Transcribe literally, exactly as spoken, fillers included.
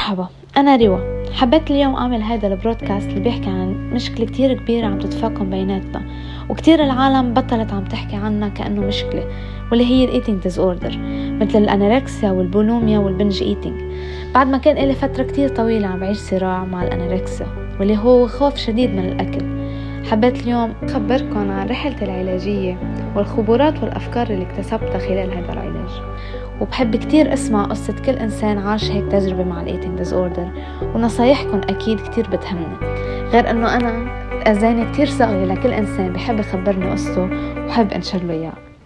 مرحبا، أنا روا. حبيت اليوم أعمل هذا البرودكاست اللي بيحكي عن مشكلة كتير كبيرة عم تتفاقم بيناتنا، وكتير العالم بطلت عم تحكي عنها كأنه مشكلة، واللي هي الإيتينج ديزوردر، مثل الأنوركسيا والبولوميا والبنج إيتينج. بعد ما كان إلي فترة كتير طويلة عم بعيش صراع مع الأنوركسيا، واللي هو خوف شديد من الأكل. حبيت اليوم أخبركم عن رحلة العلاجية والخبرات والأفكار اللي اكتسبتها خلال هذا العلاج، وبحب كتير اسمع قصة كل إنسان عاش هيك تجربة مع الإيتينج ديزوردر، ونصايحكم أكيد كتير بتهمني. غير أنه أنا أذاني كتير صاغية لكل إنسان بحب يخبرني قصته وحب أنشر له إياه.